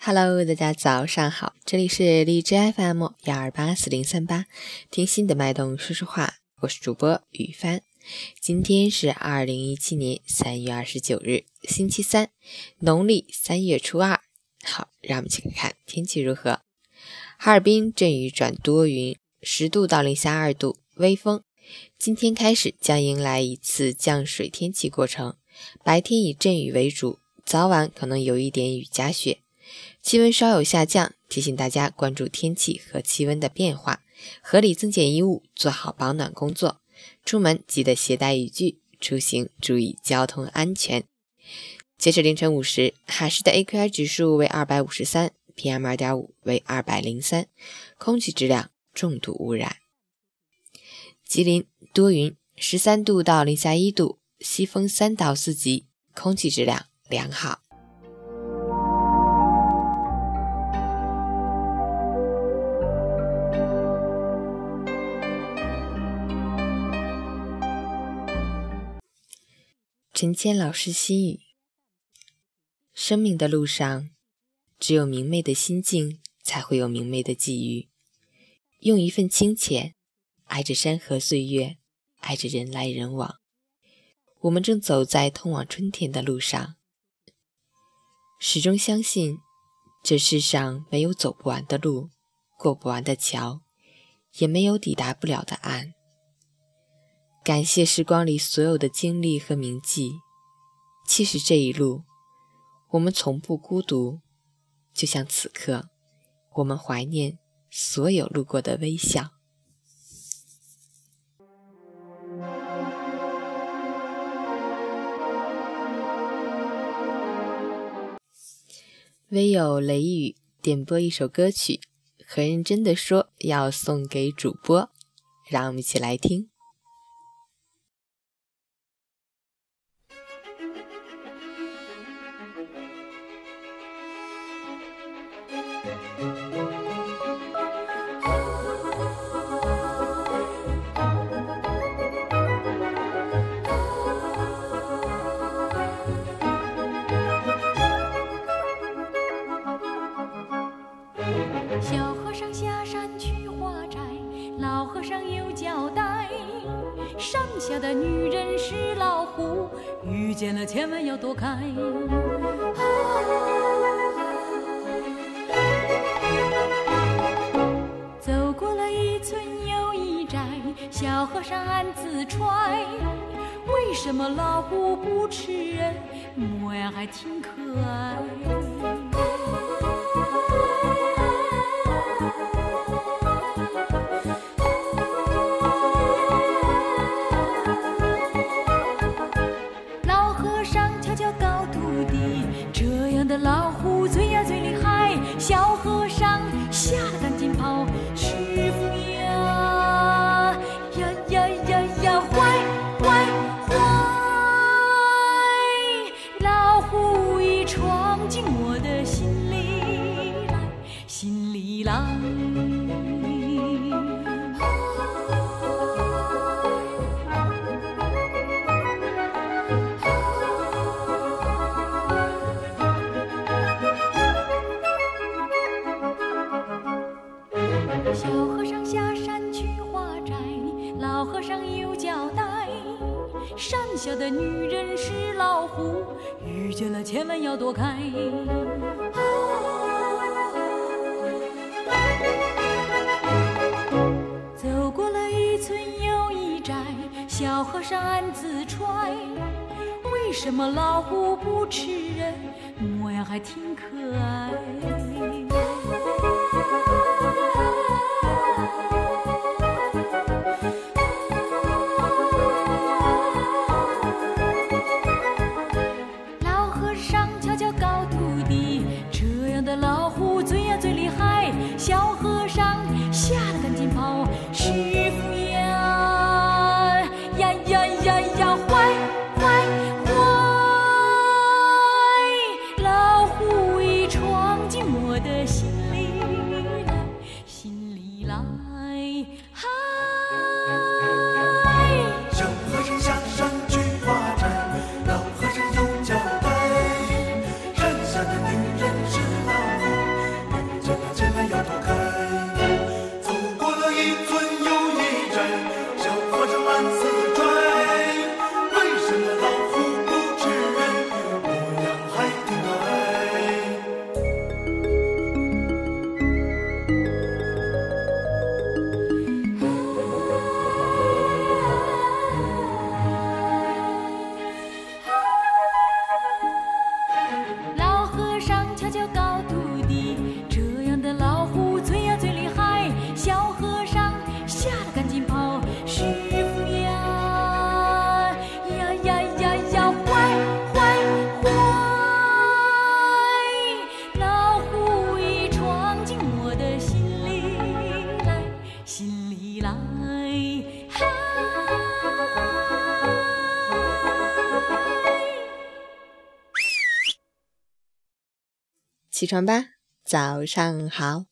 Hello， 大家早上好，这里是荔枝 FM1284038，听心的脉动说说话，我是主播雨帆。今天是2017年3月29日，星期三，农历3月初2。好，让我们去看看天气如何。哈尔滨阵雨转多云，10度到零下2度，微风。今天开始将迎来一次降水天气过程，白天以阵雨为主，早晚可能有一点雨夹雪。气温稍有下降，提醒大家关注天气和气温的变化，合理增减衣物，做好保暖工作。出门记得携带雨具，出行注意交通安全。截止凌晨5时，哈市的 AQI 指数为253， PM2.5 为203，空气质量重度污染。吉林多云，13度到零下1度，西风3到4级，空气质量良好。陈谦老师心语：生命的路上，只有明媚的心境，才会有明媚的际遇。用一份清浅，爱着山河岁月，爱着人来人往。我们正走在通往春天的路上，始终相信，这世上没有走不完的路，过不完的桥，也没有抵达不了的岸。感谢时光里所有的经历和铭记，其实这一路，我们从不孤独，就像此刻，我们怀念所有路过的微笑。微有雷雨点播一首歌曲，很认真地说要送给主播，让我们一起来听。 小和尚下山去化斋，老和尚有交代，山下的女人是老虎，遇见了千万要躲开。走过了一村又一寨，小和尚暗自揣，为什么老虎不吃人，模样还挺可爱。老和尚悄悄告徒弟，这样的老虎最呀最厉害。小和尚吓得赶紧跑，师傅呀呀呀呀呀，坏坏坏！老虎已闯进我的心里来，心里来。小和尚下山去化斋，老和尚有交代，山下的女人是老虎，遇见了千万要躲开。走过了一村又一寨，小和尚暗自揣，为什么老虎不吃人，模样还挺可爱。老和尚悄悄告徒弟，这样的老虎最呀最厉害。小和尚吓得赶紧跑，师傅呀呀呀呀呀，坏坏坏！老虎已闯起床吧，早上好。